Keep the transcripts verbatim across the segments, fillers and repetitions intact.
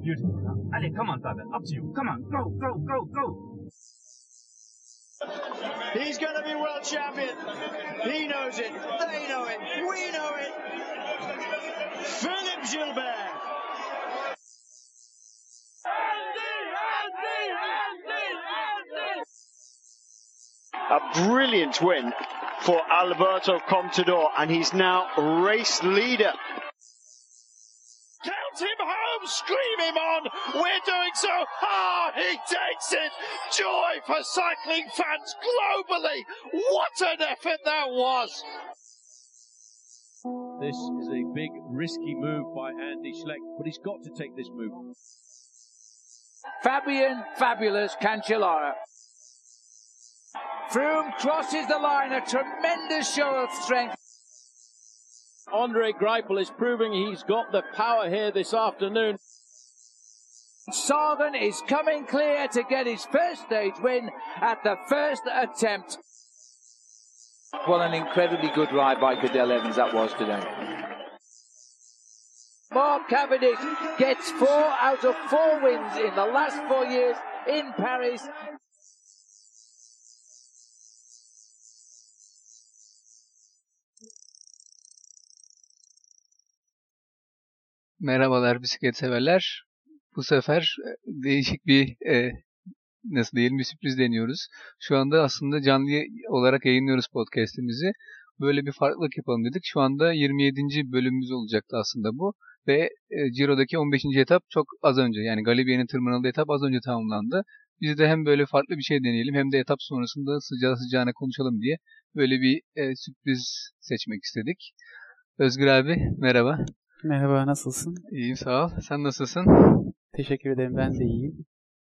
Beautiful. Allez, come on, Father. Up to you. Come on. Go, go, go, go. He's going to be world champion. He knows it. They know it. We know it. Philippe Gilbert. Andy, Andy, Andy, Andy. A brilliant win for Alberto Contador, and he's now race leader. Count him home, scream him on, we're doing so. Ah, he takes it. Joy for cycling fans globally. What an effort that was. This is a big, risky move by Andy Schleck, but he's got to take this move. Fabian Fabulous Cancellara. Froome crosses the line, a tremendous show of strength. Andre Greipel is proving he's got the power here this afternoon. Sagan is coming clear to get his first stage win at the first attempt. What an incredibly good ride by Cadel Evans that was today. Mark Cavendish gets four out of four wins in the last four years in Paris. Merhabalar bisiklet severler. Bu sefer değişik bir e, nasıl diyelim bir sürpriz deniyoruz. Şu anda aslında canlı olarak yayınlıyoruz podcast'imizi. Böyle bir farklılık yapalım dedik. Şu anda yirmi yedinci bölümümüz olacaktı aslında bu. Ve e, Ciro'daki on beşinci etap çok az önce, yani Galibiye'nin tırmanıldığı etap az önce tamamlandı. Biz de hem böyle farklı bir şey deneyelim hem de etap sonrasında sıcağı sıcağına konuşalım diye böyle bir e, sürpriz seçmek istedik. Özgür abi merhaba. Merhaba, nasılsın? İyiyim, sağ ol. Sen nasılsın? Teşekkür ederim, ben de iyiyim.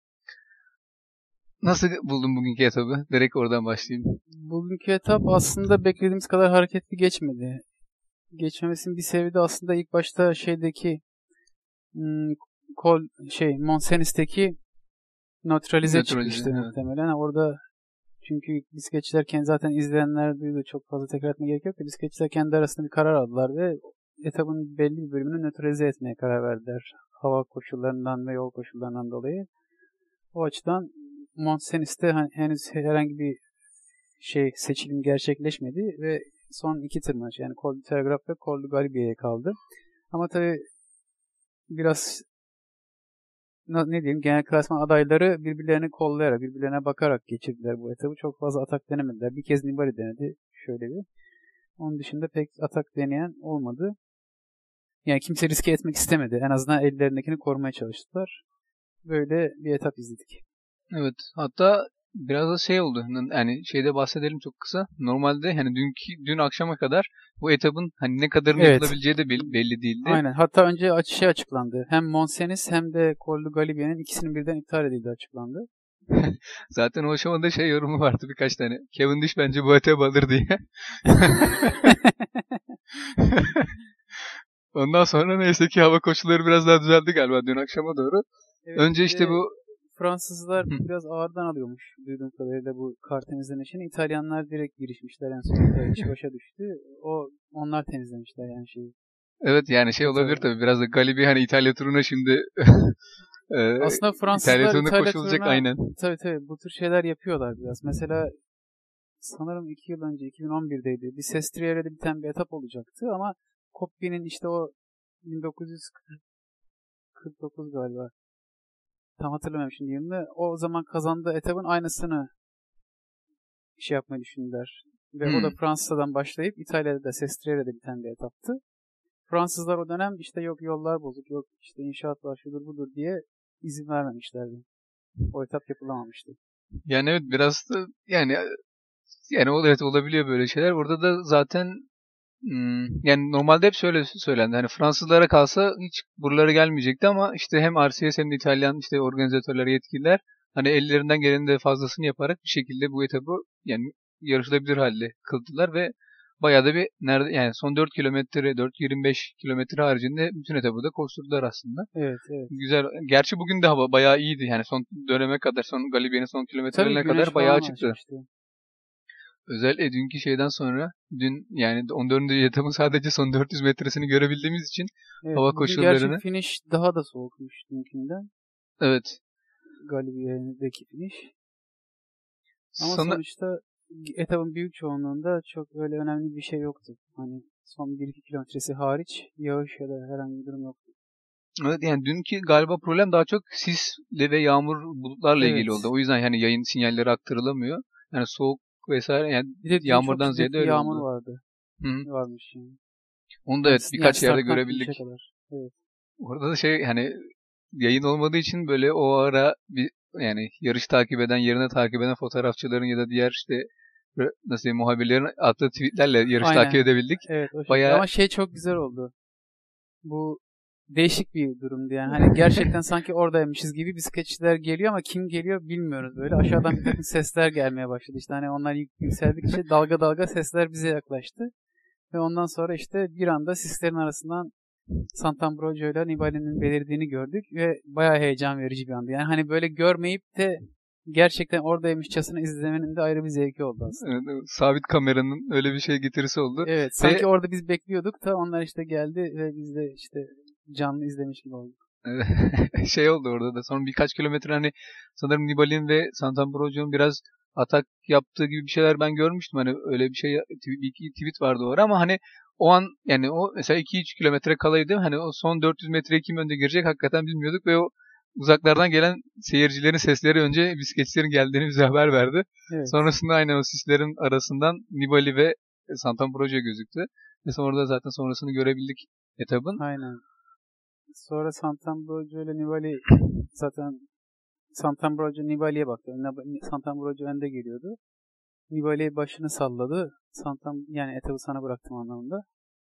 Nasıl buldun bugünkü etabı? Direkt oradan başlayayım. Bugünkü etap aslında beklediğimiz kadar hareketli geçmedi. Geçmemesinin bir sebebi de aslında ilk başta şeydeki hmm, kol şey Moncenis'teki nötralize, nötralize çıkmıştı evet. Muhtemelen. Orada çünkü bisikletçiler zaten izleyenler duydu, çok fazla tekrar etmeye gerek yok ki bisikletçiler kendi arasında bir karar aldılar ve etabın belli bir bölümünü nötralize etmeye karar verdiler. Hava koşullarından ve yol koşullarından dolayı. O açıdan Moncenis'te henüz herhangi bir şey seçilim gerçekleşmedi ve son iki tırmanış yani Col du Telegraphe ve Col du Galibiye'ye kaldı. Ama tabii biraz ne diyeyim genel klasman adayları birbirlerini kollayarak, birbirlerine bakarak geçirdiler bu etabı. Çok fazla atak denemediler. Bir kez Nibali denedi şöyle bir. Onun dışında pek atak deneyen olmadı. Yani kimse riske etmek istemedi. En azından ellerindekini korumaya çalıştılar. Böyle bir etap izledik. Evet. Hatta biraz da şey oldu. Yani şeyde bahsedelim çok kısa. Normalde hani dünkü dün akşama kadar bu etapın hani ne kadarını evet. yapılabileceği de belli değildi. Aynen. Hatta önce şey açıklandı. Hem Moncenis hem de Col du Galibiye'nin ikisinin birden iptal edildiği açıklandı. Zaten o aşamada şey yorumu vardı birkaç tane. Cavendish bence bu etabı alır diye. Ondan sonra neyse ki hava koşulları biraz daha düzeldi galiba dün akşama doğru. Evet, önce işte bu Fransızlar Hı. biraz ağırdan alıyormuş duyduğum kadarıyla bu kar temizleme işini. İtalyanlar direkt girişmişler en sonunda iş başa düştü. O onlar temizlemişler yani şeyi. Evet yani şey olabilir tabii biraz da Galibi hani İtalya turuna şimdi aslında Fransızlar İtalya turuna, İtalya koşulacak turuna, aynen. Tabii tabii bu tür şeyler yapıyorlar biraz. Mesela sanırım iki yıl önce iki bin on birdeydi. Bir Sestriere'de biten bir etap olacaktı ama Coppi'nin işte o bin dokuz yüz kırk dokuz galiba. Tam hatırlamıyorum şimdi yılını. O zaman kazandığı etapın aynısını şey yapmayı düşündüler. Ve hmm. o da Fransa'dan başlayıp İtalya'da da Sestriere'de biten bir etaptı. Fransızlar o dönem işte yok yollar bozuk, yok işte inşaat var, şudur budur diye izin vermemişlerdi. O etap yapılamamıştı. Yani evet biraz da yani yani evet olabiliyor böyle şeyler. Orada da zaten Hmm, yani normalde hep şöyle söylendi. Hani Fransızlara kalsa hiç buralara gelmeyecekti ama işte hem R C S hem de İtalyan işte organizatörler, yetkililer hani ellerinden gelenin de fazlasını yaparak bir şekilde bu etabı yani yarışılabilir halde kıldılar ve bayağı da bir nerede yani son dört kilometre dört yirmi beş kilometre haricinde bütün etabı da koşturdular aslında. Evet, evet. Güzel. Gerçi bugün de hava bayağı iyiydi. Yani son döneme kadar, son Galibiye'nin son kilometrelerine kadar bayağı çıktı. Açmıştı. Özellikle dünkü şeyden sonra dün yani on dördüncü etapın sadece son dört yüz metresini görebildiğimiz için Evet, hava bugün koşullarını gerçi finish daha da soğukmuş dünkünden. evet. Galibiye'deki finish. Ama Sana sonuçta etapın büyük çoğunluğunda çok öyle önemli bir şey yoktu. Hani son bir iki kilometresi hariç yağış ya da herhangi bir durum yoktu. evet yani dünkü galiba problem daha çok sisle ve yağmur bulutlarla Evet. ilgili oldu. O yüzden yani yayın sinyalleri aktarılamıyor. Yani soğuk vesaire yani Bir de dün yağmurdan çok ziyade şiddetli öyle yağmur oldu. vardı. Hı. Varmış yani. Onu da Yani, evet yani birkaç yerde starttan görebildik. finish'e kadar. Evet. Orada da şey hani yayın olmadığı için böyle o ara bir yani yarış takip eden, yerine takip eden fotoğrafçıların ya da diğer işte nasıl diyeyim muhabirlerin attığı tweetlerle yarış Aynen. takip edebildik. Evet o şekilde. Bayağı Ama şey çok güzel oldu. Bu değişik bir durumdu yani. Hani gerçekten sanki oradaymışız gibi bisikletçiler geliyor ama kim geliyor bilmiyoruz böyle. Aşağıdan bir takım sesler gelmeye başladı. İşte hani onlar yükseldikçe dalga dalga sesler bize yaklaştı. Ve ondan sonra işte bir anda sislerin arasından Sant'Ambrogio ile Nibali'nin belirdiğini gördük ve bayağı heyecan verici bir andı. Yani hani böyle görmeyip de gerçekten oradaymışçasına izlemenin de ayrı bir zevki oldu aslında. evet, sabit kameranın öyle bir şey getirisi oldu. Evet, sanki ve orada biz bekliyorduk da onlar işte geldi ve biz de işte canlı izlemiş gibi olduk. şey oldu orada da. Sonra birkaç kilometre hani sanırım Nibali'nin ve Sant'Ambrogio'nun biraz atak yaptığı gibi bir şeyler ben görmüştüm. Hani öyle bir şey bir iki tweet vardı o ara ama hani o an yani o mesela iki üç kilometre kalaydı. Hani o son dört yüz metreye kim önde girecek hakikaten bilmiyorduk ve o uzaklardan gelen seyircilerin sesleri önce bisikletçilerin geldiğini bize haber verdi. Evet. Sonrasında aynen o sislerin arasından Nibali ve Sant'Ambrogio gözüktü. Ve sonra da zaten sonrasını görebildik etabın. Aynen. Sonra Sant'Ambrogio ile Nibali zaten Sant'Ambrogio Nibali'ye baktı. Sant'Ambrogio önde geliyordu. Nibali başını salladı. Santam yani etabı sana bıraktım anlamında.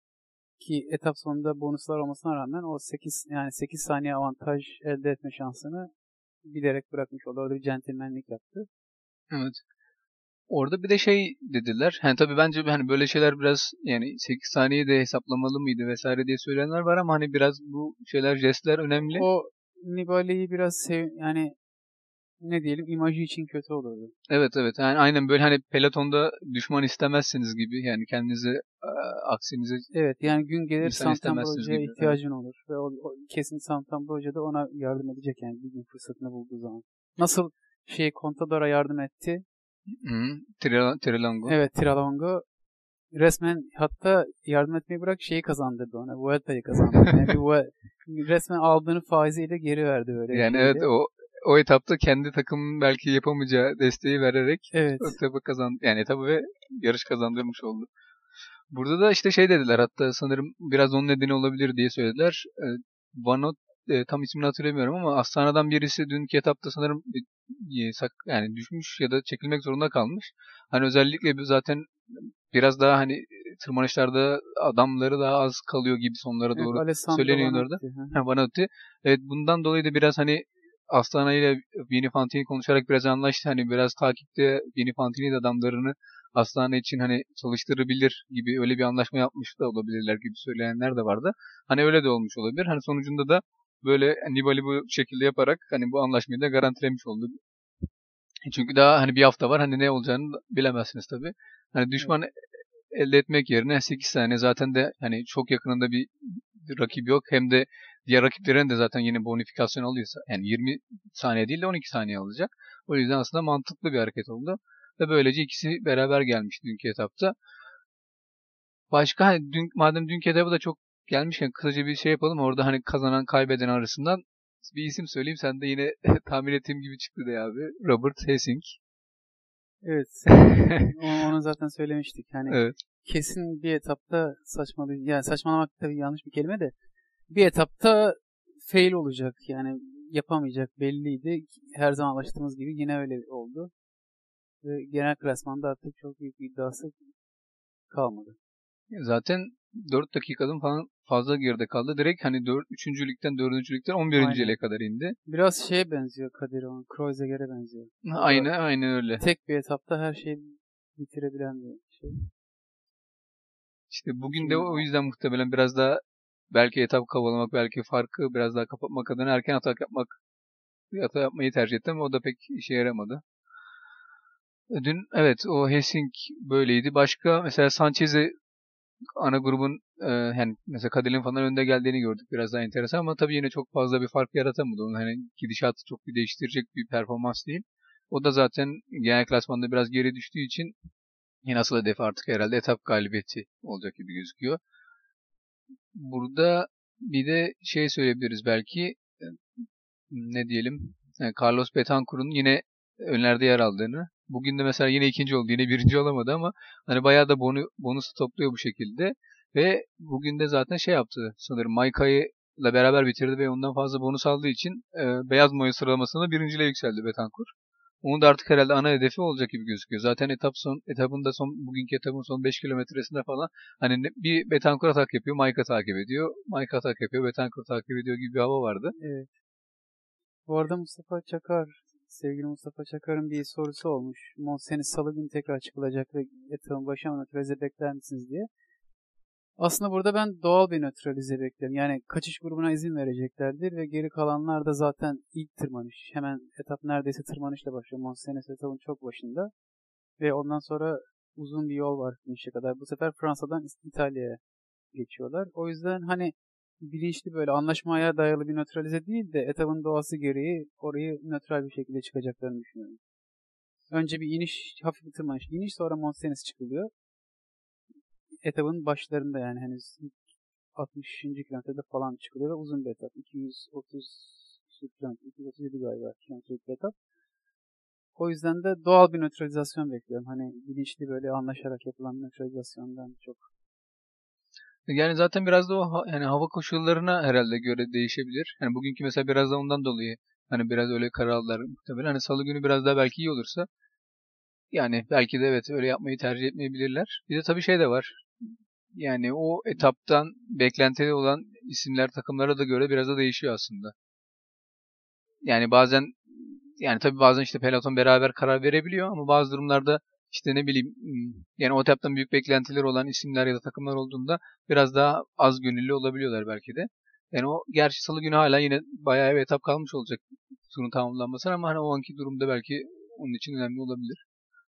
Ki etap sonunda bonuslar olmasına rağmen o sekiz yani sekiz saniye avantaj elde etme şansını bilerek bırakmış oldu. Orada bir centilmenlik yaptı. Evet. Orada bir de şey dediler. Hani tabii bence hani böyle şeyler biraz yani sekiz saniye de hesaplamalı mıydı vesaire diye söyleyenler var ama hani biraz bu şeyler jestler önemli. O Nibali'yi biraz sev yani ne diyelim imajı için kötü olurdu. Evet evet. Yani aynen böyle hani pelotonda düşman istemezsiniz gibi yani kendinizi e, aksinizi Evet yani gün gelir insan istemezsiniz Sant'Ambrogio'ya gibi. ihtiyacın olur. Ve o, o, kesin Sant'Ambrogio da ona yardım edecek yani bir gün fırsatını bulduğu zaman. Nasıl şey Contador'a yardım etti. Hı, Tril- Trilango. Evet Trilango resmen hatta yardım etmeyi bırak şeyi kazandırdı ona. Vuelta'yı kazandırdı. Yani bir Vuel- resmen aldığını faiziyle geri verdi böyle. Yani şeyle. evet o o etapta kendi takımın belki yapamayacağı desteği vererek Evet. o etabı kazandı. Yani etabı ve yarış kazandırmış oldu. Burada da işte şey dediler hatta sanırım biraz onun nedeni olabilir diye söylediler. E, Vanot e, tam ismini hatırlamıyorum ama Astana'dan birisi dünkü etapta sanırım e, sak- yani düşmüş ya da çekilmek zorunda kalmış. Hani özellikle bir zaten biraz daha hani tırmanışlarda adamları daha az kalıyor gibi sonlara Evet, doğru Alessandro söyleniyor orada. Vanotti, hı. Ha, Vanotti. Evet bundan dolayı da biraz hani Astana ile Vini Fantini konuşarak biraz anlaştı. Hani biraz takipte Vini Fantini de adamlarını Astana için hani çalıştırabilir gibi öyle bir anlaşma yapmış da olabilirler gibi söyleyenler de vardı. Hani öyle de olmuş olabilir. Hani sonucunda da böyle Nibali bu şekilde yaparak hani bu anlaşmayı da garantilemiş oldu. Çünkü daha hani bir hafta var. Hani ne olacağını bilemezsiniz tabii. Hani düşman evet. elde etmek yerine sekiz saniye zaten de hani çok yakınında bir rakip yok. Hem de diğer rakiplerin de zaten yeni bonifikasyon alıyorsa yani yirmi saniye değil de on iki saniye alacak. O yüzden aslında mantıklı bir hareket oldu. Ve böylece ikisi beraber gelmiş dünkü etapta. Başka hani dün, madem dünkü etapı da çok gelmişken kısaca bir şey yapalım. Orada hani kazanan kaybeden arasından bir isim söyleyeyim. Sen de yine tahmin ettiğim gibi çıktı de abi. Robert Hessing. Evet. Onu zaten söylemiştik. Hani evet. kesin bir etapta saçmalı yani saçmalamak tabii yanlış bir kelime de bir etapta fail olacak. Yani yapamayacak belliydi. Her zaman alıştığımız gibi yine öyle oldu. Ve genel klasmanda artık çok büyük bir iddiası kalmadı. Zaten dört dakikadan falan fazla geride kaldı. Direkt hani dört, üçüncülükten dördüncülükten on birinciliğe kadar indi. Biraz şeye benziyor Kadir onun. Kreuzeger'e benziyor. Aynı, aynı öyle. Tek bir etapta her şeyi bitirebilen bir şey. İşte bugün de o yüzden muhtemelen biraz daha belki etap kovalamak, belki farkı biraz daha kapatmak adına erken atak yapmak, hata yapmayı tercih ettim ama o da pek işe yaramadı. Dün evet o Hessing böyleydi. Başka mesela Sanchez'i ana grubun e, yani mesela Kadir'in falan önde geldiğini gördük. Biraz daha enteresan ama tabii yine çok fazla bir fark yaratamadı. Onun hani gidişatı çok bir değiştirecek bir performans değil. O da zaten genel klasmanda biraz geri düştüğü için yine asıl hedefi artık herhalde etap galibiyeti olacak gibi gözüküyor. Burada bir de şey söyleyebiliriz belki ne diyelim yani Carlos Betancourt'un yine önlerde yer aldığını. Bugün de mesela yine ikinci oldu. Yine birinci olamadı ama hani bayağı da bonu, bonus topluyor bu şekilde. Ve bugün de zaten şey yaptı sanırım. Maika'yı ile beraber bitirdi ve ondan fazla bonus aldığı için e, beyaz mayo sıralamasında birinciliğe yükseldi Betancourt. Onun da artık herhalde ana hedefi olacak gibi gözüküyor. Zaten etap son etapın da son bugünkü etapın son beş kilometresinde falan hani bir Betancourt atak yapıyor, Maika takip ediyor. Maika atak yapıyor, Betancourt takip ediyor gibi bir hava vardı. Evet. Bu arada Mustafa Çakar, sevgili Mustafa Çakar'ın bir sorusu olmuş. Monsenis Salı günü tekrar çıkılacak ve etapın başına nötralize bekler misiniz diye. Aslında burada ben doğal bir nötralize beklerim. Yani kaçış grubuna izin vereceklerdir ve geri kalanlar da zaten ilk tırmanış. Hemen etap neredeyse tırmanışla başlıyor. Monsenis etapın çok başında. Ve ondan sonra uzun bir yol var finişe kadar. Bu sefer Fransa'dan İtalya'ya geçiyorlar. O yüzden hani bilinçli böyle anlaşmaya dayalı bir nötralize değil de etapın doğası gereği orayı nötral bir şekilde çıkacaklarını düşünüyorum. Önce bir iniş, hafif bir tırmanış. İniş sonra Monsenis çıkılıyor. Etapın başlarında yani henüz altmışıncı kilometrede falan çıkılıyor ve uzun bir etap. iki yüz otuz kilometre, iki yüz otuz yedi galiba kilometrelik bir etap. O yüzden de doğal bir nötralizasyon bekliyorum. Hani bilinçli böyle anlaşarak yapılan nötralizasyondan çok. Yani zaten biraz da o yani hava koşullarına herhalde göre değişebilir. Yani bugünkü mesela biraz da ondan dolayı hani biraz öyle karar aldılar muhtemelen. Hani salı günü biraz daha belki iyi olursa yani belki de evet öyle yapmayı tercih etmeyebilirler. Bir de tabii şey de var. Yani o etaptan beklentili olan isimler takımlara da göre biraz da değişiyor aslında. Yani bazen yani tabii bazen işte peloton beraber karar verebiliyor ama bazı durumlarda işte ne bileyim yani o etaptan büyük beklentileri olan isimler ya da takımlar olduğunda biraz daha az gönüllü olabiliyorlar belki de. Yani o gerçi salı günü hala yine bayağı bir etap kalmış olacak turun tamamlanmasına ama hani o anki durumda belki onun için önemli olabilir.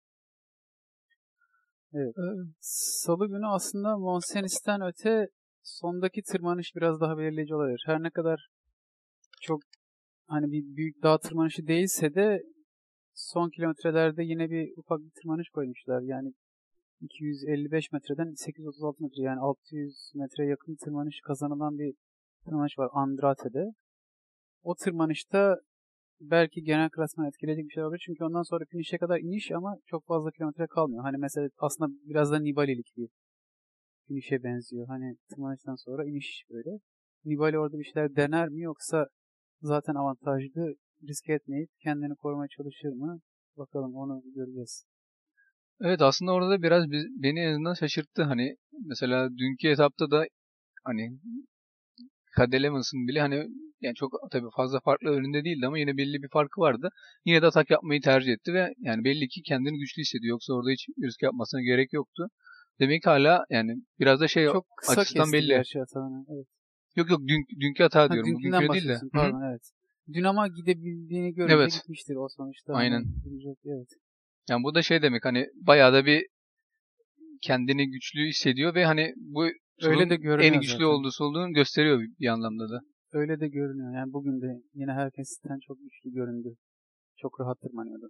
Evet. Salı günü aslında Monsenis'ten öte sondaki tırmanış biraz daha belirleyici olabilir. Her ne kadar çok hani bir büyük dağ tırmanışı değilse de son kilometrelerde yine bir ufak bir tırmanış koymuşlar. Yani iki yüz elli beş metreden sekiz yüz otuz altı metre yani altı yüz metreye yakın tırmanış kazanılan bir tırmanış var Andrate'de. O tırmanışta belki genel klasmanı etkileyecek bir şey olabilir. Çünkü ondan sonra finişe kadar iniş ama çok fazla kilometre kalmıyor. Hani mesela aslında biraz da Nibali'lik bir finişe benziyor. Hani tırmanıştan sonra iniş böyle. Nibali orada bir şeyler dener mi yoksa zaten avantajlı riske etmeyip kendini korumaya çalışır mı? Bakalım onu göreceğiz. Evet aslında orada da biraz biz, beni en azından şaşırttı. Hani mesela dünkü etapta da hani Kadelemas'ın bile hani yani çok tabii fazla farklı önünde değildi ama yine belli bir farkı vardı. Yine de atak yapmayı tercih etti ve yani belli ki kendini güçlü hissediyor. Yoksa orada hiç risk yapmasına gerek yoktu. Demek ki hala yani biraz da şey çok kısa açısından kesti belli. gerçi hatağını. Evet. Yok yok dün, dünkü hata Ha, diyorum. dünkünden Bugünkü değil de. bahsediyorsun. Pardon, evet. Dün ama gidebildiğini görünce Evet. gitmiştir o sonuçta. Aynen. Hani, evet. Yani bu da şey demek hani bayağı da bir kendini güçlü hissediyor ve hani bu Öyle de görünüyor en güçlü zaten. olduğu olduğunu gösteriyor bir, bir anlamda da. Öyle de görünüyor. Yani bugün de yine herkesten çok güçlü göründü. Çok rahat tırmanıyordu.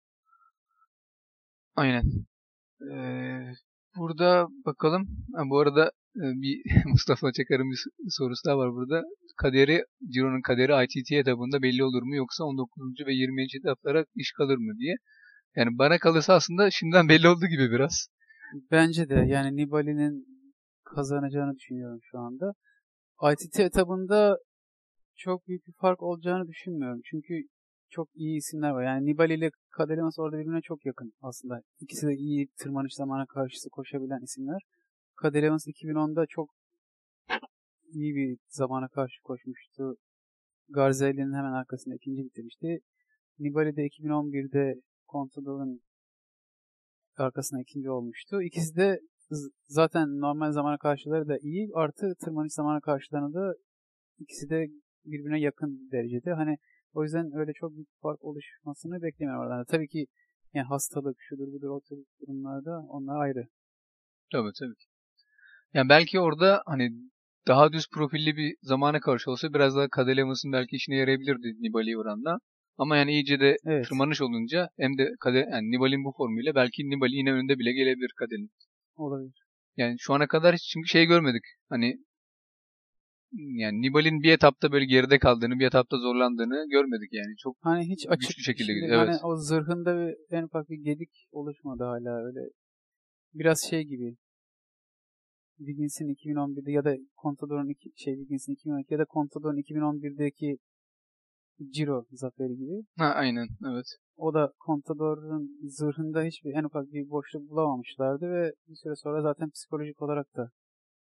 Aynen. Ee, burada bakalım. Ha, bu arada e, bir Mustafa Çakar'ın bir sorusu daha var burada. Kaderi, Ciro'nun kaderi I T T etabında belli olur mu yoksa on dokuzuncu ve yirminci etaplara iş kalır mı diye. Yani bana kalırsa aslında şimdiden belli oldu gibi biraz. Bence de yani Nibali'nin kazanacağını düşünüyorum şu anda. I T T etabında çok büyük bir fark olacağını düşünmüyorum. Çünkü çok iyi isimler var. Yani Nibali ile Kadelemas orada birbirine çok yakın aslında. İkisi de iyi tırmanış zamana karşısı koşabilen isimler. Kadelemas iki bin onda çok iyi bir zamana karşı koşmuştu. Garzelli'nin hemen arkasında ikinci bitirmişti. Nibali de iki bin on birde Contador'un arkasına ikinci olmuştu. İkisi de zaten normal zamana karşıları da iyi. Artı tırmanış zamana karşılarında da ikisi de birbirine yakın derecede. Hani o yüzden öyle çok büyük fark oluşmasını beklemiyorum oradan. Tabii ki Yani hastalık, şudur budur o tür durumlarda onlar ayrı. Tabii tabii. Yani belki orada hani daha düz profilli bir zamana karşı olsa biraz daha Cadel Evans'ın belki işine yarayabilirdi Nibali oranla. Ama yani iyice de Evet. tırmanış olunca hem de Cadel, yani Nibali'nin bu formuyla belki Nibali yine önünde bile gelebilir Cadel'in. Olabilir. Yani şu ana kadar hiç çünkü şey görmedik. Hani yani Nibali'nin bir etapta böyle geride kaldığını, bir etapta zorlandığını görmedik yani. Çok Hani hiç açık güçlü şekilde şimdi gidiyor. hani Evet. o zırhında bir en ufak bir gedik oluşmadı hala öyle. Biraz şey gibi. Wiggins'in iki bin on birde ya da Contador'un iki, şey Wiggins'in iki bin on iki ya da Contador'un iki bin on birdeki Giro zaferi gibi. Ha aynen evet. O da Contador'un zırhında hiçbir en ufak bir boşluk bulamamışlardı ve bir süre sonra zaten psikolojik olarak da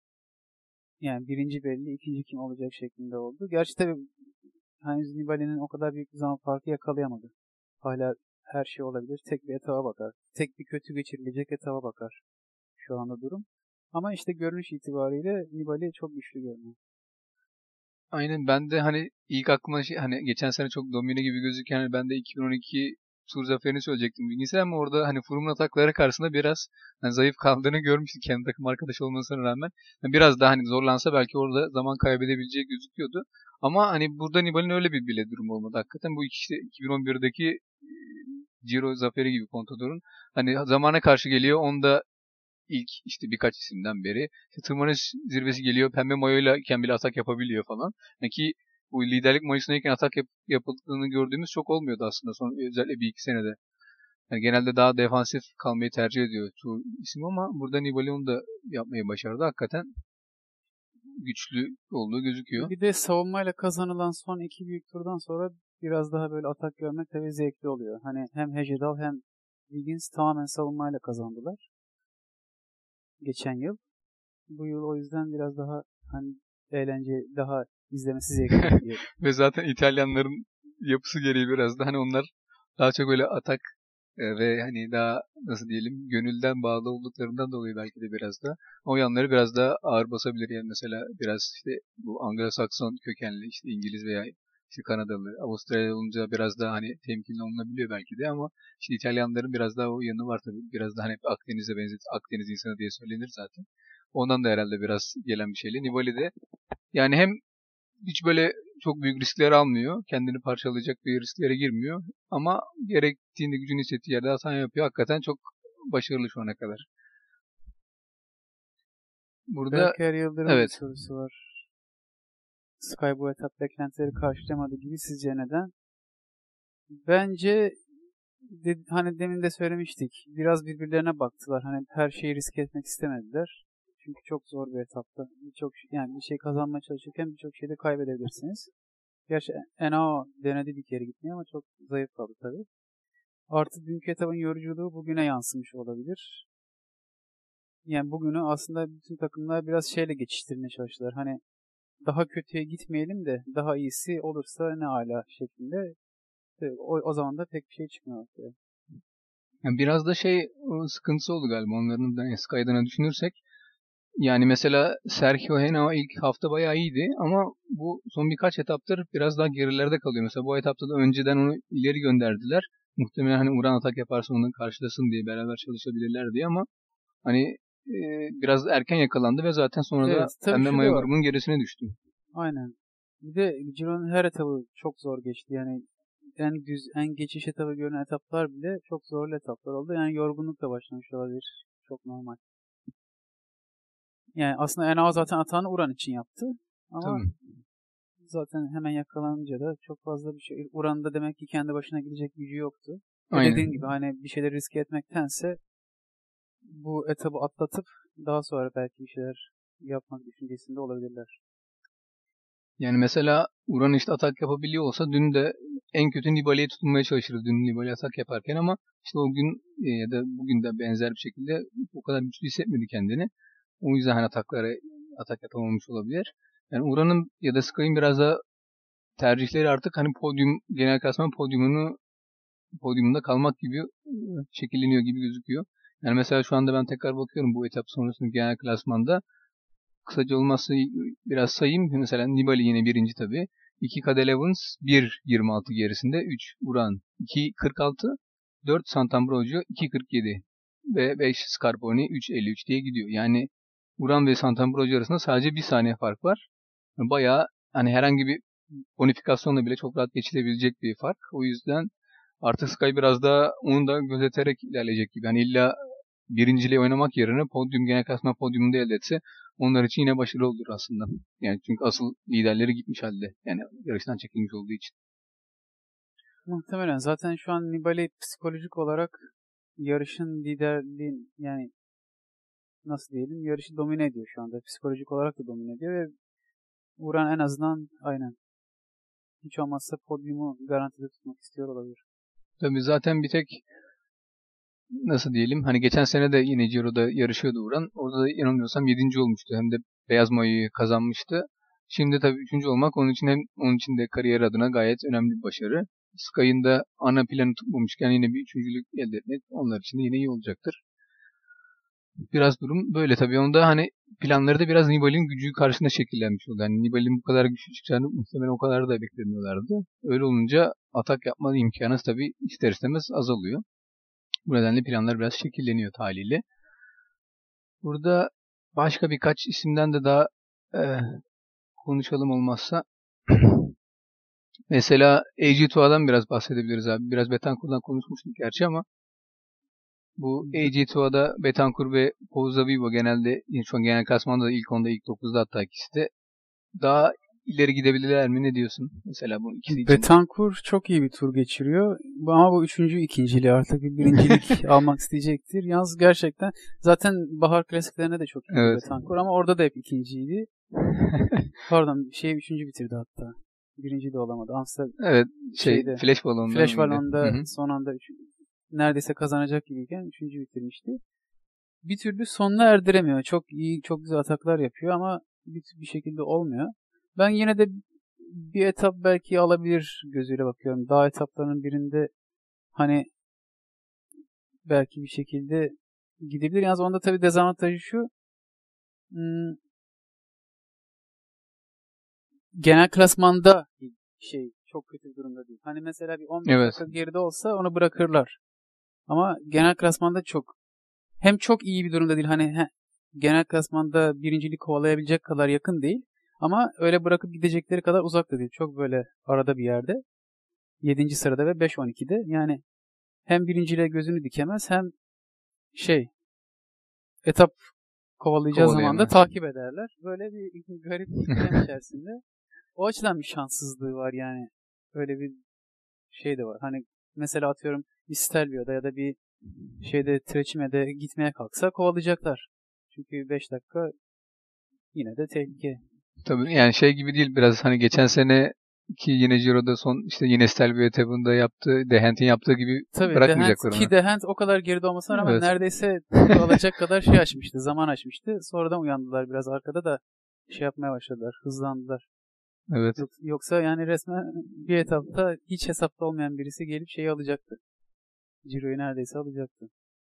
yani birinci belli, ikinci kim olacak şeklinde oldu. Gerçi tabii henüz Nibali'nin o kadar büyük bir zaman farkı yakalayamadı. Hala her şey olabilir. Tek bir etaba bakar. Tek bir kötü geçirilecek etaba bakar şu anda durum. Ama işte görünüş itibariyle Nibali çok güçlü görünüyor. Aynen ben de hani ilk aklıma şey hani geçen sene çok domine gibi gözüken hani ben de iki bin on iki Tour zaferini söyleyecektim Wiggins'e ama orada hani Froome'un atakları karşısında biraz hani zayıf kaldığını görmüştük kendi takım arkadaşı olmasına rağmen. Yani biraz daha hani zorlansa belki orada zaman kaybedebileceği gözüküyordu. Ama hani burada Nibali'nin öyle bir bile durum olmadı. Hakikaten bu işte iki bin on birdeki Giro zaferi gibi Contador'un hani zamana karşı geliyor. Onda ilk işte birkaç isimden beri işte tırmanış zirvesi geliyor. Pembe mayoyla iken bile atak yapabiliyor falan. Yani ki bu liderlik mayosundayken atak yap, yapıldığını gördüğümüz çok olmuyordu aslında son özellikle bir iki senede. Yani genelde daha defansif kalmayı tercih ediyor çoğu isim ama burada Nibali onu da yapmayı başardı. Hakikaten güçlü olduğu gözüküyor. Bir de savunmayla kazanılan son iki büyük turdan sonra biraz daha böyle atak görmek tabii zevkli oluyor. Hani hem Hegedal hem Wiggins tamamen savunmayla kazandılar. Geçen yıl. Bu yıl o yüzden biraz daha hani eğlence, daha izlemesi zevkli diyelim. Ve zaten İtalyanların yapısı gereği biraz da hani onlar daha çok öyle atak e, ve hani daha nasıl diyelim gönülden bağlı olduklarından dolayı belki de biraz da o yanları biraz daha ağır basabilir. Yani mesela biraz işte bu Anglo-Sakson kökenli işte İngiliz veya işte Kanadalı, Avustralya olunca biraz daha hani temkinli olunabiliyor belki de ama işte İtalyanların biraz daha o yanı var tabii. Biraz daha hani Akdeniz'e benzet Akdeniz insanı diye söylenir zaten. Ondan da herhalde biraz gelen bir şeyle. Nibali de yani hem hiç böyle çok büyük riskler almıyor. Kendini parçalayacak bir risklere girmiyor. Ama gerektiğinde gücünü hissettiği yerde hata yapıyor. Hakikaten çok başarılı şu ana kadar. Burada Berker Yıldırım'ın evet. bir sorusu var. Sky bu etap beklentileri karşılamadı gibi sizce neden? Bence de, hani demin de söylemiştik. Biraz birbirlerine baktılar. Hani her şeyi riske etmek istemediler. Çünkü çok zor bir etapta. Birçok yani bir şey kazanmaya çalışırken birçok şeyi de kaybedebilirsiniz. Gerçi Enao denedi bir kere gitmeye ama çok zayıf kaldı tabii. Artı dünkü etapın yoruculuğu bugüne yansımış olabilir. Yani bugünü aslında bütün takımlar biraz şeyle geçiştirmeye çalıştılar. Hani daha kötüye gitmeyelim de daha iyisi olursa ne ala şeklinde. O, o zaman da pek bir şey çıkmıyor ortaya. Yani biraz da şey sıkıntısı oldu galiba onların da eski kaydına düşünürsek. Yani mesela Sergio Henao ilk hafta bayağı iyiydi ama bu son birkaç etaptır biraz daha gerilerde kalıyor. Mesela bu etapta da önceden onu ileri gönderdiler. Muhtemelen hani Uran atak yaparsa onu karşılasın diye beraber çalışabilirler diye ama hani e, biraz erken yakalandı ve zaten sonra evet, da Pembe Mayo grubunun gerisine düştü. Aynen. Bir de Giro'nun her etabı çok zor geçti. Yani en düz, en geçiş etabı görünen etaplar bile çok zorlu etaplar oldu. Yani yorgunlukla başlamış olabilir. Çok normal. Yani aslında Enao zaten atağını Uran için yaptı. Ama Tabii. zaten hemen yakalanınca da çok fazla bir şey. Uran'da demek ki kendi başına gidecek gücü yoktu. Aynen. Dediğim gibi hani bir şeyler riske etmektense bu etabı atlatıp daha sonra belki bir şeyler yapmak düşüncesinde olabilirler. Yani mesela Uran işte atak yapabiliyor olsa dün de en kötü Nibali'ye tutunmaya çalışırdı dün Nibali atak yaparken ama işte o gün e, ya da bugün de benzer bir şekilde o kadar güçlü hissetmedi kendini. O yüzden hani ataklara atak yapamamış olabilir. Yani Uran'ın ya da Sky'ın biraz da tercihleri artık hani podyum genel klasman podyumunu podyumunda kalmak gibi şekilleniyor gibi gözüküyor. Yani mesela şu anda ben tekrar bakıyorum bu etap sonrasında genel klasmanda. Kısaca olmazsa biraz sayayım. Mesela Nibali yine birinci tabii. iki Cadel Evans bir yirmi altı gerisinde. üç Uran iki kırk altı. dört Sant'Ambrogio iki kırk yedi ve beş Scarponi üç elli üç diye gidiyor. Yani Uran ve Sant'Ambrogio arasında sadece bir saniye fark var. Bayağı hani herhangi bir bonifikasyonla bile çok rahat geçilebilecek bir fark. O yüzden artık Sky biraz daha onu da gözeterek ilerleyecek gibi. Yani illa birinciliği oynamak yerine podyum, genel klasman podyumunda elde etse onlar için yine başarılı olur aslında. Yani çünkü asıl liderleri gitmiş halde. Yani yarıştan çekilmiş olduğu için. Muhtemelen. Zaten şu an Nibali psikolojik olarak yarışın liderliği, yani nasıl diyelim, yarışı domine ediyor şu anda. Psikolojik olarak da domine ediyor ve Uran en azından aynen hiç olmazsa podyumu garantide tutmak istiyor olabilir. Tabii zaten bir tek nasıl diyelim, hani geçen sene de yine Ciro'da yarışıyordu Uran. Orada da yanılmıyorsam yedinci olmuştu. Hem de beyaz mayoyu kazanmıştı. Şimdi tabii üçüncü olmak onun için hem onun için de kariyer adına gayet önemli bir başarı. Sky'ın da ana planı tutmamışken yine bir üçüncülük elde etmek onlar için de yine iyi olacaktır. Biraz durum böyle tabii. Onda hani planları da biraz Nibali'nin gücü karşısında şekillenmiş oldu. Yani Nibali'nin bu kadar güçlü çıkacağını muhtemelen o kadar da beklemiyorlardı. Öyle olunca atak yapma imkanı tabii ister istemez azalıyor. Bu nedenle planlar biraz şekilleniyor haliyle. Burada başka birkaç isimden de daha e, konuşalım olmazsa. Mesela A G iki A'dan biraz bahsedebiliriz abi. Biraz Betancourt'dan konuşmuştuk gerçi ama bu A G iki A'da Betancourt ve Pozzovivo genelde şu an genel klasmanda da ilk onda, ilk dokuzda hatta ikisi de daha ileri gidebilirler mi? Ne diyorsun? Mesela bu ikisi için. Betancourt çok iyi bir tur geçiriyor. Ama bu üçüncü ikinciliği artık bir birincilik almak isteyecektir. Yalnız gerçekten zaten bahar klasiklerine de çok iyi evet. Betancourt ama orada da hep ikinciydi. Pardon, şey üçüncü bitirdi hatta. Birinci de olamadı. Amsterdam evet, şey şeyde, Flash Ballon'da. Flash Ballon'da son anda üç, neredeyse kazanacak gibiyken üçüncü bitirmişti. Bir türlü sonuna erdiremiyor. Çok iyi, çok güzel ataklar yapıyor ama bir, bir şekilde olmuyor. Ben yine de bir etap belki alabilir gözüyle bakıyorum. Dağ etaplarının birinde hani belki bir şekilde gidebilir. Yalnız onda tabii dezavantajı şu. Hmm, genel klasmanda şey çok kötü bir durumda değil. Hani mesela bir on beş evet. dakika geride olsa onu bırakırlar. Ama genel klasmanda çok hem çok iyi bir durumda değil. Hani he, genel klasmanda birincilik kovalayabilecek kadar yakın değil. Ama öyle bırakıp gidecekleri kadar uzak da değil. Çok böyle arada bir yerde. yedinci sırada ve beş on ikide. Yani hem birinciliğe gözünü dikemez hem şey etap kovalayacağı zaman da takip ederler. Böyle bir garip bir ikilem içerisinde. O açıdan bir şanssızlığı var yani. Öyle bir şey de var. Hani mesela atıyorum bir Stelvio'da ya da bir şeyde Treçime'de gitmeye kalksa kovalayacaklar. Çünkü beş dakika yine de tehlike. Tabii yani şey gibi değil, biraz hani geçen sene ki yine Ciro'da son işte yine Stelvio etabında yaptığı, Dehent'in yaptığı gibi tabii, bırakmayacaklar Dehent, onu. Ki Dehent o kadar geride olmasına rağmen evet. neredeyse alacak kadar şey açmıştı, zaman açmıştı. Sonradan uyandılar, biraz arkada da şey yapmaya başladılar, hızlandılar. Evet. Yoksa yani resmen bir etapta hiç hesapta olmayan birisi gelip şeyi alacaktı. Ciro'yu neredeyse alacaktı.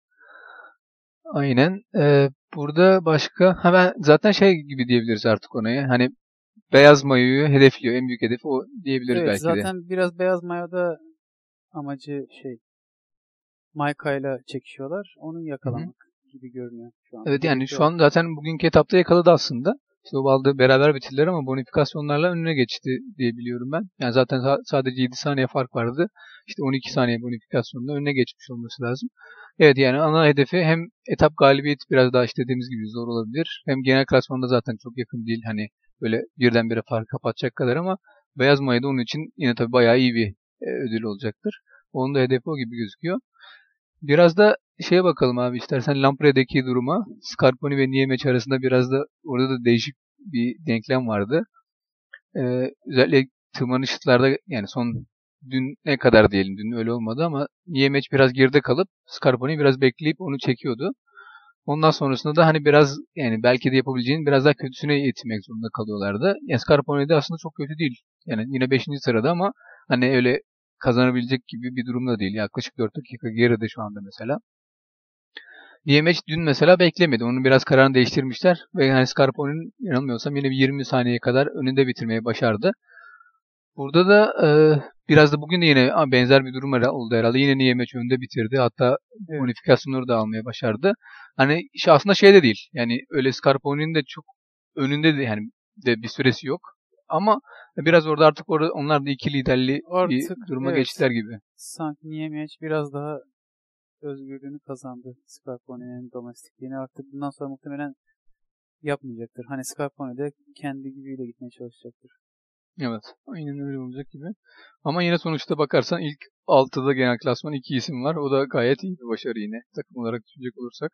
Aynen. Ee, burada başka ha ben zaten şey gibi diyebiliriz artık ona ya. Hani beyaz mayoyu hedefliyor. En büyük hedefi o diyebiliriz evet, belki zaten de. Zaten biraz beyaz mayoda amacı şey Maika'yla çekişiyorlar. Onu yakalamak Hı-hı. gibi görünüyor şu an. Evet yani şu an zaten bugünkü etapta yakaladı aslında. İşte o balda beraber bitirdiler ama bonifikasyonlarla önüne geçti diye biliyorum ben. Yani zaten sa- sadece yedi saniye fark vardı. İşte on iki saniye bonifikasyonla önüne geçmiş olması lazım. Evet yani ana hedefi hem etap galibiyeti biraz daha işte dediğimiz gibi zor olabilir. Hem genel klasmanda zaten çok yakın değil. Hani böyle birdenbire fark kapatacak kadar ama beyaz mayada onun için yine tabii bayağı iyi bir e, ödül olacaktır. Onun da hedefi o gibi gözüküyor. Biraz da şeye bakalım abi istersen Lampre'deki duruma. Scarponi ve Niemec arasında biraz da orada da değişik bir denklem vardı. Ee, özellikle tırmanışlarda yani son dün ne kadar diyelim dün öyle olmadı ama Niemec biraz geride kalıp Scarponi biraz bekleyip onu çekiyordu. Ondan sonrasında da hani biraz yani belki de yapabileceğin biraz daha kötüsüne yetinmek zorunda kalıyorlardı. Yani Scarponi de aslında çok kötü değil. Yani yine beşinci sırada ama hani öyle kazanabilecek gibi bir durumda değil. Yaklaşık dört dakika geride şu anda mesela. Niemec dün mesela beklemedi. Onun biraz kararını değiştirmişler. Ve yani Scarponi'nin yanılmıyorsam yine bir yirmi saniye kadar önünde bitirmeyi başardı. Burada da e, biraz da bugün de yine benzer bir durum oldu herhalde. Yine Niyemeç önde bitirdi. Hatta Evet. bonifikasyonları da almaya başardı. Hani şey aslında şey de değil. Yani öyle Scarponi'nin de çok önünde de yani de bir süresi yok. Ama biraz orada artık orada onlar da iki liderli bir Artık duruma evet, geçtiler gibi. sanki Niemiec biraz daha özgürlüğünü kazandı. Scarponi'nin domestikliğini artık bundan sonra muhtemelen yapmayacaktır. Hani Scarponi de kendi gücüyle gitmeye çalışacaktır. Evet. Aynen öyle olacak gibi. Ama yine sonuçta bakarsan ilk altıda genel klasman iki isim var. O da gayet iyi bir başarı yine. Takım olarak düşünecek olursak.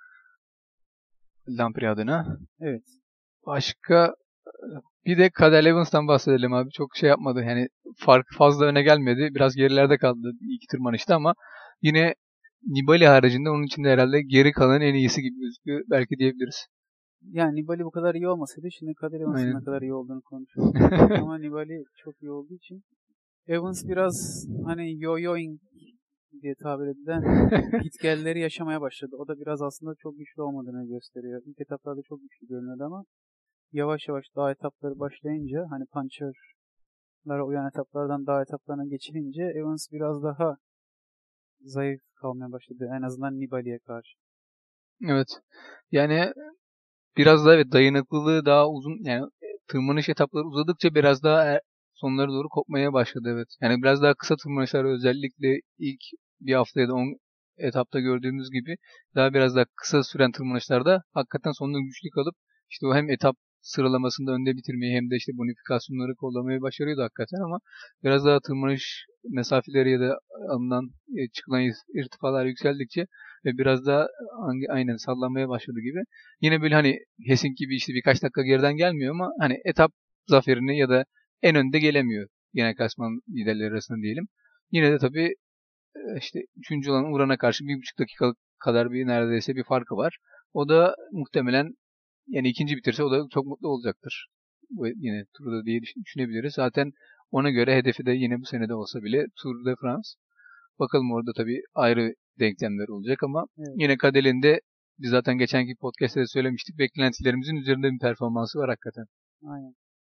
Lampre adına. Evet. Başka bir de Cadel Evans'tan bahsedelim abi. Çok şey yapmadı. Yani fark fazla öne gelmedi. Biraz gerilerde kaldı ilk tırmanışta ama yine Nibali haricinde onun içinde herhalde geri kalan en iyisi gibi gözüküyor. Belki diyebiliriz. Yani Nibali bu kadar iyi olmasaydı şimdi Cadel Evans'ın Aynen. ne kadar iyi olduğunu konuşuyorduk. Ama Nibali çok iyi olduğu için Evans biraz hani yo-yoing diye tabir edilen gitgelleri yaşamaya başladı. O da biraz aslında çok güçlü olmadığını gösteriyor. İlk etaplarda çok güçlü görünüyordu ama yavaş yavaş dağ etapları başlayınca hani puncher'lara uyan etaplardan dağ etaplarına geçilince Evans biraz daha zayıf kalmaya başladı. En azından Nibali'ye karşı. Evet. Yani biraz daha evet dayanıklılığı daha uzun yani tırmanış etapları uzadıkça biraz daha sonlara doğru kopmaya başladı evet. Yani biraz daha kısa tırmanışlar özellikle ilk bir hafta ya da on etapta gördüğümüz gibi daha biraz daha kısa süren tırmanışlarda hakikaten sonunda güçlü kalıp işte o hem etap sıralamasında önde bitirmeyi hem de işte bonifikasyonları kollamayı başarıyordu hakikaten ama biraz daha tırmanış mesafeleri ya da alınan çıkılan irtifalar yükseldikçe ve biraz daha aynen sallanmaya başladı gibi. Yine böyle hani Hessink gibi işte birkaç dakika geriden gelmiyor ama hani etap zaferini ya da en önde gelemiyor genel klasman liderleri arasında diyelim. Yine de tabii işte üçüncü olan Uran'a karşı bir buçuk dakika kadar bir neredeyse bir farkı var. O da muhtemelen yani ikinci bitirse o da çok mutlu olacaktır. Bu yine turda diye düşünebiliriz. Zaten ona göre hedefi de yine bu senede olsa bile Tour de France. Bakalım orada tabii ayrı denklemler olacak ama evet. Yine Cadel'in de biz zaten geçenki podcast'te de söylemiştik. Beklentilerimizin üzerinde bir performansı var hakikaten. Aynen.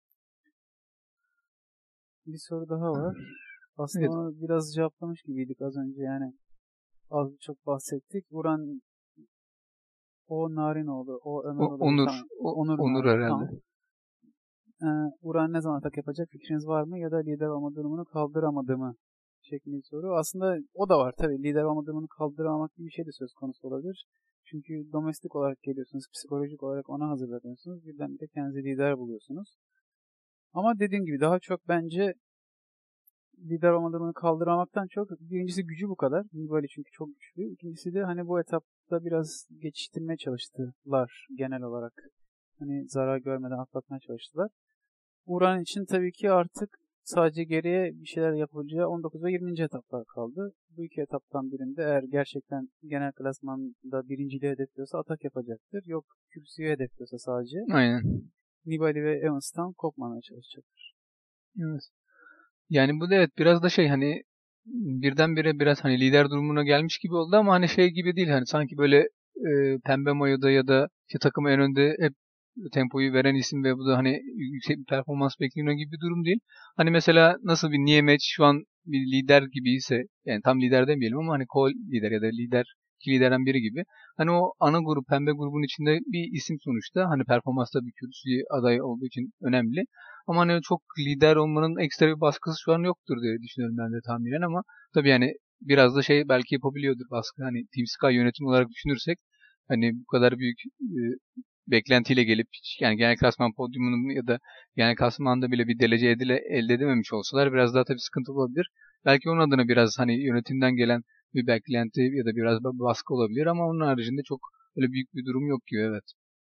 Bir soru daha var. Aslında evet. onu biraz cevaplamış gibiydik az önce yani. Az çok bahsettik. Uran o Narinoğlu, o Ömer o, Onur, tamam. o, Onur, Onur Narin, herhalde. Tamam. Ee, Uran ne zaman atak yapacak fikriniz var mı ya da lider olma durumunu kaldıramadı mı? Şeklinde bir soru. Aslında o da var tabii. Lider olma durumunu kaldıramamak gibi bir şey de söz konusu olabilir. Çünkü domestik olarak geliyorsunuz, psikolojik olarak ona hazırlanıyorsunuz. Birdenbire kendinizi lider buluyorsunuz. Ama dediğim gibi daha çok bence lider olma durumunu kaldıramaktan çok birincisi gücü bu kadar. Nibali çünkü çok güçlü. İkincisi de hani bu etapta biraz geçiştirmeye çalıştılar genel olarak. Hani zarar görmeden atlatmaya çalıştılar. Uran için tabii ki artık sadece geriye bir şeyler yapılacağı on dokuz ve yirminci etaplar kaldı. Bu iki etaptan birinde eğer gerçekten genel klasmanda birinciliği hedefliyorsa atak yapacaktır. Yok kürsüyü hedefliyorsa sadece. Aynen. Nibali ve Evans'tan kopmamaya çalışacaktır. Evet. Yani bu da evet biraz da şey hani birdenbire biraz hani lider durumuna gelmiş gibi oldu ama hani şey gibi değil hani sanki böyle e, pembe mayoda ya da işte takımı en önde hep tempoyu veren isim ve bu da hani yüksek bir performans bekleniyor gibi bir durum değil. Hani mesela nasıl bir Niyemeç şu an bir lider gibi ise yani tam lider demeyelim ama hani kol lider ya da lider iki liderden biri gibi. Hani o ana grup pembe grubun içinde bir isim sonuçta hani performansta bir kürsüye aday olduğu için önemli. Ama hani çok lider olmanın ekstra bir baskısı şu an yoktur diye düşünüyorum ben de tahminen ama tabii yani biraz da şey belki yapabiliyordur baskı. Hani Team Sky yönetim olarak düşünürsek hani bu kadar büyük e, beklentiyle gelip yani genel klasman podyumunun ya da genel klasmanda bile bir derece edile, elde edememiş olsalar biraz daha tabii sıkıntı olabilir. Belki onun adına biraz hani yönetimden gelen bir beklenti ya da biraz bir baskı olabilir ama onun haricinde çok öyle büyük bir durum yok gibi evet.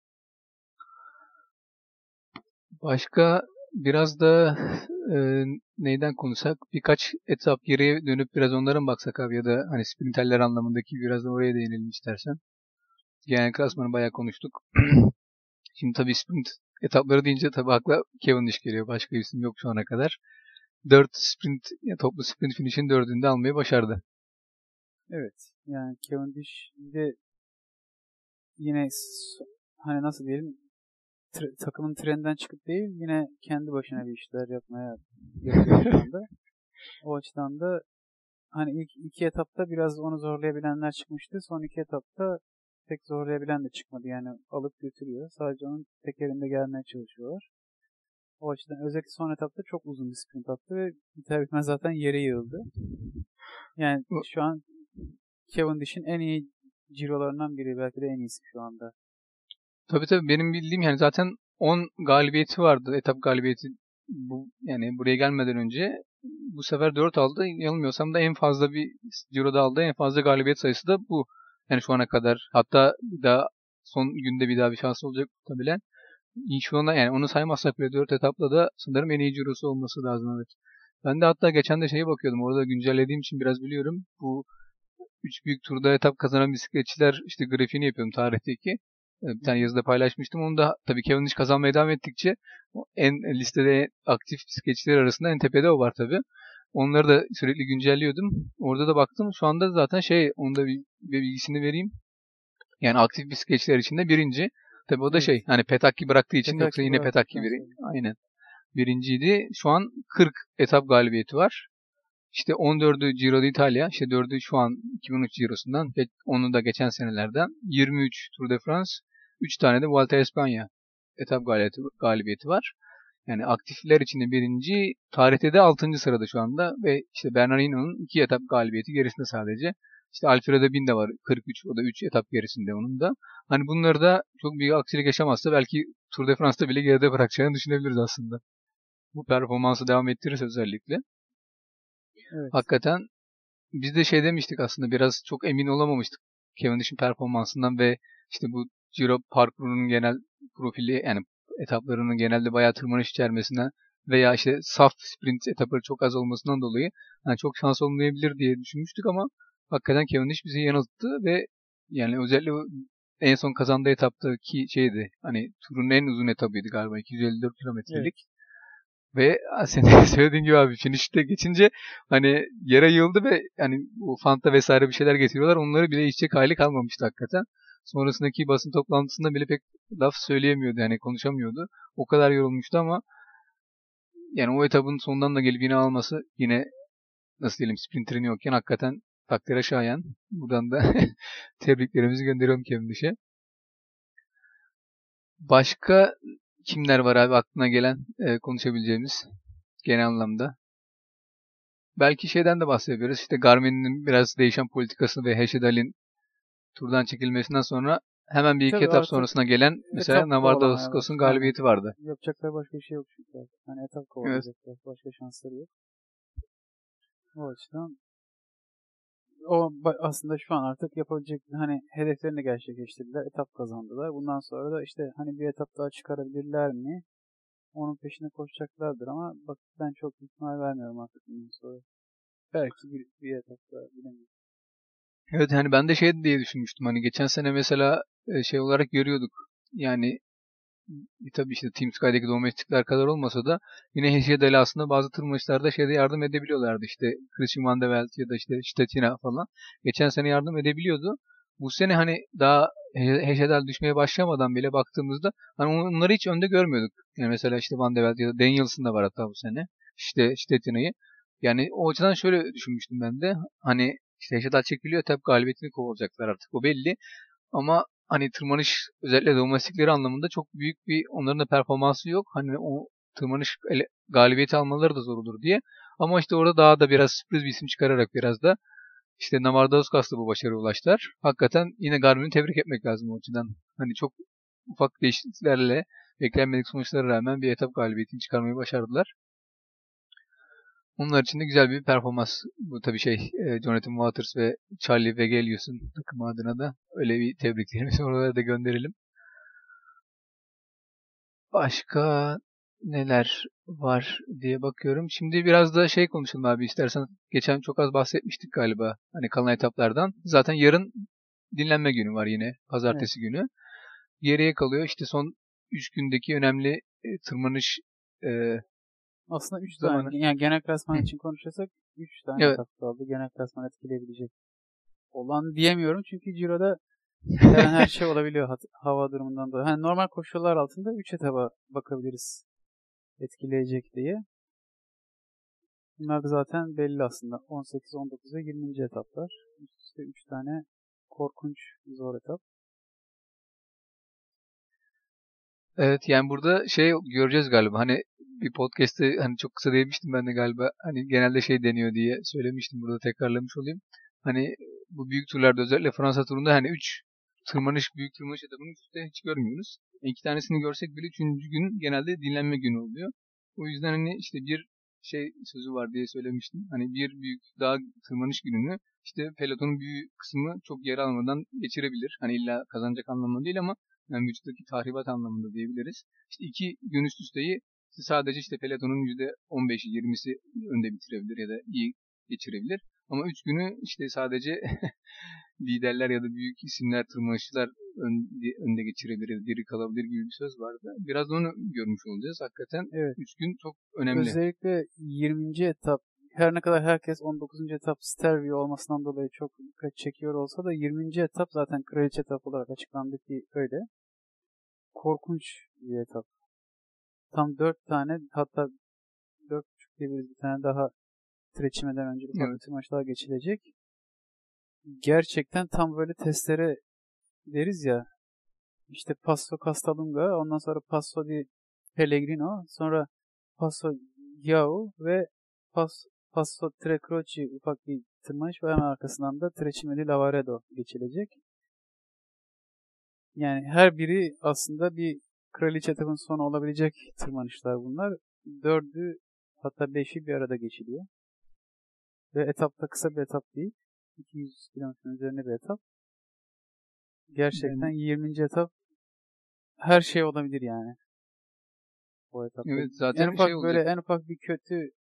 Başka biraz da e, neyden konuşsak birkaç etap geriye dönüp biraz onlara mı baksak abi ya da hani sprinterler anlamındaki biraz da oraya değinelim istersen. Genel klasmanı bayağı konuştuk. Şimdi tabii sprint etapları deyince tabii akla Cavendish geliyor. Başka isim yok şu ana kadar. Dört sprint, yani toplu sprint finish'in dördünü de almayı başardı. Evet. Yani Cavendish de yine hani nasıl diyelim Tre- takımın trenden çıkıp değil, yine kendi başına bir işler yapmaya yapıyor şu anda. O açıdan da hani ilk iki etapta biraz onu zorlayabilenler çıkmıştı. Son iki etapta pek zorlayabilen de çıkmadı. Yani alıp götürüyor. Sadece onun tekerinde gelmeye çalışıyorlar. O açıdan özellikle son etapta çok uzun bir sprint attı ve biter bitmez zaten yere yığıldı. Yani şu an Cavendish'in en iyi cirolarından biri. Belki de en iyisi şu anda. Tabii tabii benim bildiğim yani zaten on galibiyeti vardı. Etap galibiyeti bu yani buraya gelmeden önce bu sefer dört aldı. Yanılmıyorsam da en fazla bir Ciro'da aldığı en fazla galibiyet sayısı da bu. Yani şu ana kadar. Hatta bir daha son günde bir daha bir şans olacak muhtemelen. Şu anda yani onu saymazsak bile dört etapla da sanırım en iyi Ciro'su olması lazım, evet. Ben de hatta geçen de şeye bakıyordum. Orada güncellediğim için biraz biliyorum. Bu üç büyük turda etap kazanan bisikletçiler işte grafiğini yapıyorum tarihteki. Bir tane yazıda paylaşmıştım. Onu da tabii Cavendish kazanmaya devam ettikçe en listede aktif bisikletçiler arasında en tepede o var tabii. Onları da sürekli güncelliyordum. Orada da baktım. Şu anda zaten şey, onu da bir, bir bilgisini vereyim. Yani aktif bisikletçiler içinde birinci. Tabii o da evet. şey hani Petacchi bıraktığı için Petacchi yoksa yine Petacchi biri. Aynen. Birinciydi. Şu an kırk etap galibiyeti var. İşte on dördü Giro d'Italia, işte dördü şu an iki bin on üç Giro'sundan, onu da geçen senelerden. yirmi üç Tour de France, üç tane de Vuelta a España etap galibiyeti, galibiyeti var. Yani aktifler içinde birinci, tarihte de altıncı sırada şu anda ve işte Bernardino'nun iki etap galibiyeti gerisinde sadece. İşte Alfredo Bin de var kırk üç, o da üç etap gerisinde onun da. Hani bunları da çok büyük aksilik yaşamazsa belki Tour de France'da bile geride bırakacağını düşünebiliriz aslında. Bu performansı devam ettirirse özellikle. Evet. Hakikaten biz de şey demiştik aslında, biraz çok emin olamamıştık Cavendish'in performansından ve işte bu Giro parkurunun genel profili, yani etaplarının genelde bayağı tırmanış içermesinden veya işte saf sprint etapları çok az olmasından dolayı yani çok şans olmayabilir diye düşünmüştük ama hakikaten Cavendish bizi yanılttı ve yani özellikle en son kazandığı etaptaki şeydi, hani turun en uzun etabıydı galiba, iki yüz elli dört kilometrelik. Evet. Ve senin söylediğin gibi abi finişte geçince hani yere yığıldı ve hani bu Fanta vesaire bir şeyler getiriyorlar. Onları bile içecek hali kalmamıştı hakikaten. Sonrasındaki basın toplantısında bile pek laf söyleyemiyordu, yani konuşamıyordu. O kadar yorulmuştu ama yani o etabın sonundan da gelip yine alması, yine nasıl diyelim sprinterin yokken hakikaten takdire şayan. Buradan da tebriklerimizi gönderiyorum Cavendish'e. Başka kimler var abi aklına gelen e, konuşabileceğimiz genel anlamda? Belki şeyden de bahsedebiliriz. İşte Garmin'in biraz değişen politikası ve Hesjedal'in turdan çekilmesinden sonra hemen bir iki Tabii etap sonrasına gelen mesela Navarro-Skos'un galibiyeti vardı. Yapacakları başka bir şey yok çünkü. Yani etap kovalayacaklar. Evet. Başka şansları yok. O açıdan o aslında şu an artık yapabilecek, hani hedeflerini gerçekleştirdiler. Etap kazandılar. Bundan sonra da işte hani bir etap daha çıkarabilirler mi? Onun peşine koşacaklardır ama bak ben çok ihtimal vermiyorum artık bundan sonra. Belki bir, bir etap daha, bilemiyorum. Evet, hani ben de şey diye düşünmüştüm. Hani geçen sene mesela şey olarak görüyorduk. Yani tabii işte Team Sky'daki domestikler kadar olmasa da yine Hesjedal'e aslında bazı tırmanışlarda şeyde yardım edebiliyorlardı. İşte Christian Van de Velde ya da işte Stetina falan. Geçen sene yardım edebiliyordu. Bu sene hani daha Hesjedal düşmeye başlamadan bile baktığımızda hani onları hiç önde görmüyorduk. Yani mesela işte Van de Velde ya da Daniels'ın da var hatta bu sene. İşte Stetina'yı. Yani o açıdan şöyle düşünmüştüm ben de. Hani işte Hesjedal çekiliyor, tabii galibiyetini kovalayacaklar artık. O belli. Ama hani tırmanış özellikle domestikleri anlamında çok büyük bir onların da performansı yok. Hani o tırmanış ele, galibiyeti almaları da zor olur diye. Ama işte orada daha da biraz sürpriz bir isim çıkararak biraz da işte Navarro-Skos'la bu başarıya ulaştılar. Hakikaten yine Garmin'i tebrik etmek lazım o açıdan. Hani çok ufak değişikliklerle beklenmedik sonuçlara rağmen bir etap galibiyetini çıkarmayı başardılar. Onlar için de güzel bir performans. Bu tabii şey, Jonathan Waters ve Charlie Vegelius'un takım adına da öyle bir tebriklerimizi oralara da gönderelim. Başka neler var diye bakıyorum. Şimdi biraz da şey konuşalım abi istersen. Geçen çok az bahsetmiştik galiba. Hani kalan etaplardan. Zaten yarın dinlenme günü var yine. Pazartesi evet. günü. Geriye kalıyor. İşte son üç gündeki önemli e, tırmanış e, aslında üç tane. Yani genel klasman için konuşursak üç tane evet. etap kaldı. Genel klasman etkileyebilecek olan diyemiyorum. Çünkü Ciro'da Her an her şey olabiliyor hat- hava durumundan dolayı. Hani normal koşullar altında üç etaba bakabiliriz etkileyecek diye. Bunlar da zaten belli aslında. on sekiz, on dokuz ve yirminci etaplar. Üst üste üç tane korkunç zor etap. Evet, yani burada şey göreceğiz galiba. Hani bir podcast'te hani çok kısa değinmiştim ben de galiba. Hani genelde şey deniyor diye söylemiştim. Burada tekrarlamış olayım. Hani bu büyük turlarda, özellikle Fransa turunda hani üç tırmanış, büyük tırmanış etabını üst üste hiç görmüyoruz. İki tanesini görsek bile üçüncü gün genelde dinlenme günü oluyor. O yüzden hani işte bir şey sözü var diye söylemiştim. Hani bir büyük dağ tırmanış gününü işte pelotonun büyük kısmı çok yer almadan geçirebilir. Hani illa kazanacak anlamında değil ama yani vücuttaki tahribat anlamında diyebiliriz. İşte iki gün üst üsteyi sadece işte pelotonun yüzde on beşi yirmisi önde bitirebilir ya da iyi geçirebilir. Ama üç günü işte sadece liderler ya da büyük isimler, tırmanışçılar önde, önde geçirebilir, diri kalabilir gibi bir söz vardı. Biraz onu görmüş olacağız. Hakikaten Evet. üç gün çok önemli. Özellikle yirminci etap, her ne kadar herkes on dokuzuncu etap Stelvio olmasından dolayı çok dikkat çekiyor olsa da yirminci etap zaten kraliçe etap olarak açıklandı ki öyle. Korkunç bir etap. Tam dört tane, hatta dört buçuk diye bir tane daha treçimeden önce bir Evet. maç daha geçilecek. Gerçekten tam böyle testere deriz ya. İşte Passo Castalunga, ondan sonra Passo di Pellegrino, sonra Passo Yao ve Pas, Passo Tre Croci ufak bir tırmanış ve hemen arkasından da Trecime di Lavaredo geçilecek. Yani her biri aslında bir kraliçe etapın sonu olabilecek tırmanışlar bunlar. Dördü, hatta beşi bir arada geçiliyor. Ve etapta kısa bir etap değil. iki yüz kilometrenin üzerine bir etap. Gerçekten Yani, yirminci etap her şey olabilir yani. O etapta. evet, zaten En ufak şey böyle olacak. en ufak bir kötü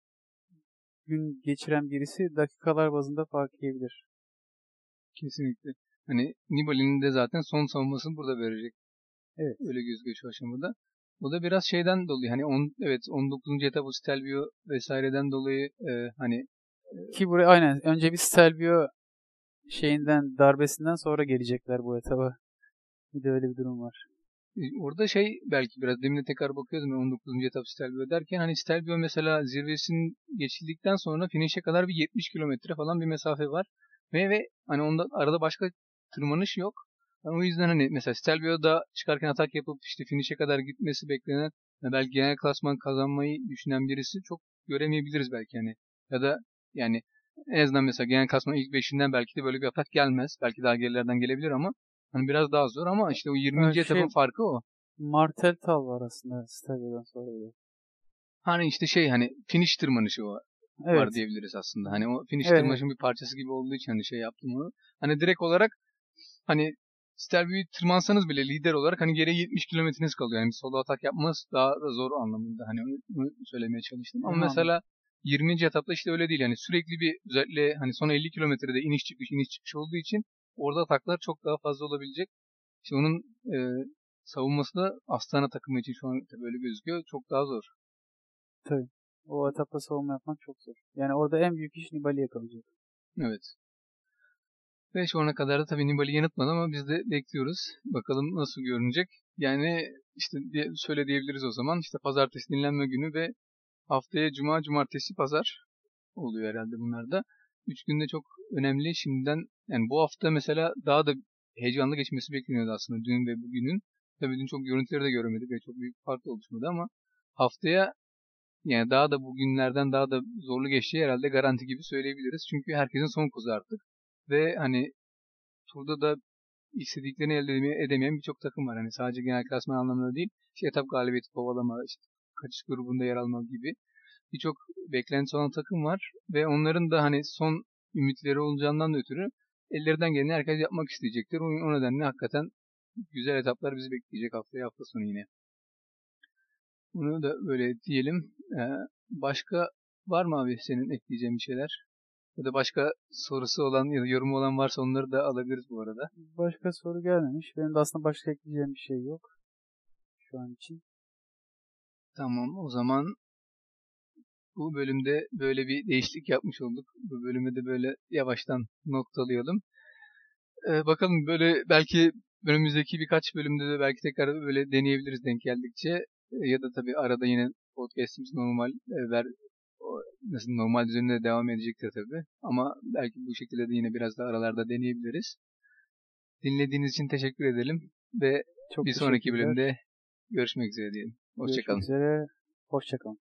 gün geçiren birisi dakikalar bazında fark yiyebilir. Kesinlikle. Hani Nibali'nin de zaten son savunmasını burada verecek. Evet. Öyle gözüküyor şu aşamada. Bu da biraz şeyden dolayı hani on, evet on dokuzuncu etap o Stelvio vesaireden dolayı e, hani e, Ki buraya aynen önce bir Stelvio şeyinden, darbesinden sonra gelecekler bu etaba. Bir de öyle bir durum var. e, orada şey belki biraz demin de tekrar bakıyordum on dokuzuncu etap Stelvio derken hani Stelvio mesela zirvesini geçildikten sonra finish'e kadar bir yetmiş kilometre falan bir mesafe var. Ve ve hani onda arada başka tırmanış yok. Yani o yüzden hani mesela Stelvio'da çıkarken atak yapıp işte finish'e kadar gitmesi beklenen ve belki genel klasman kazanmayı düşünen birisi çok göremeyebiliriz belki hani. Ya da yani en azından mesela genel klasman ilk beşinden belki de böyle bir atak gelmez. Belki daha gerilerden gelebilir ama hani biraz daha zor ama işte o yirminci Ee, şey, etapın farkı o. Martel Tal var aslında Stelvio'dan sonra. Da. Hani işte şey hani finish tırmanışı var, var Evet. diyebiliriz aslında. Hani o finish Evet, evet. tırmanışın bir parçası gibi olduğu için hani şey yaptım onu. Hani direkt olarak hani Stelvio'yu tırmansanız bile lider olarak hani geriye yetmiş kilometreniz kalıyor. Yani bir solo atak yapmanız daha da zor anlamında. Hani onu, onu söylemeye çalıştım. Ama Anladım. mesela yirminci etapta işte öyle değil. Yani sürekli bir özellikle hani son elli kilometrede iniş çıkış iniş çıkış olduğu için orada ataklar çok daha fazla olabilecek. İşte onun e, savunması da Astana takımı için şu an böyle gözüküyor. Çok daha zor. Tabii. O etapta savunma yapmak çok zor. Yani orada en büyük iş Nibali'ye kalacak. Evet. Ve şu ana kadar da tabii Nibali yanıtmadı ama biz de bekliyoruz. Bakalım nasıl görünecek. Yani işte diye, şöyle diyebiliriz o zaman. İşte pazartesi dinlenme günü ve haftaya cuma, cumartesi, pazar oluyor herhalde bunlar da. Üç günde çok önemli. Şimdiden yani bu hafta mesela daha da heyecanlı geçmesi bekleniyordu aslında dün ve bugünün. Tabii dün çok görüntüleri de göremedik ve çok büyük bir fark da oluşmadı ama haftaya yani daha da bugünlerden daha da zorlu geçeceği herhalde garanti gibi söyleyebiliriz. Çünkü herkesin son kozu artık. Ve hani turda da istediklerini elde edemeyen birçok takım var. Hani sadece genel klasman anlamında değil, işte etap galibiyeti kovalama, işte kaçış grubunda yer alma gibi birçok beklentisi olan takım var. Ve onların da hani son ümitleri olacağından ötürü ellerinden geleni herkes yapmak isteyecektir. O, o nedenle hakikaten güzel etaplar bizi bekleyecek haftaya hafta sonu yine. Bunu da böyle diyelim. Ee, başka var mı abi senin ekleyeceğin bir şeyler? Ya da başka sorusu olan ya da yorumu olan varsa onları da alabiliriz bu arada. Başka soru gelmemiş. Benim de aslında başka ekleyeceğim bir şey yok. Şu an için. Tamam, o zaman bu bölümde böyle bir değişiklik yapmış olduk. Bu bölümü de böyle yavaştan noktalayalım. Ee, bakalım böyle belki önümüzdeki birkaç bölümde de belki tekrar böyle deneyebiliriz denk geldikçe. Ee, ya da tabii arada yine podcast'imiz normal e, ver o- nasıl normal düzeninde devam edecektir tabii. Ama belki bu şekilde de yine biraz da aralarda deneyebiliriz. Dinlediğiniz için teşekkür edelim ve Çok bir sonraki teşekkürler. bölümde görüşmek üzere diyelim. Görüşmek Hoşçakalın. üzere. Hoşçakalın.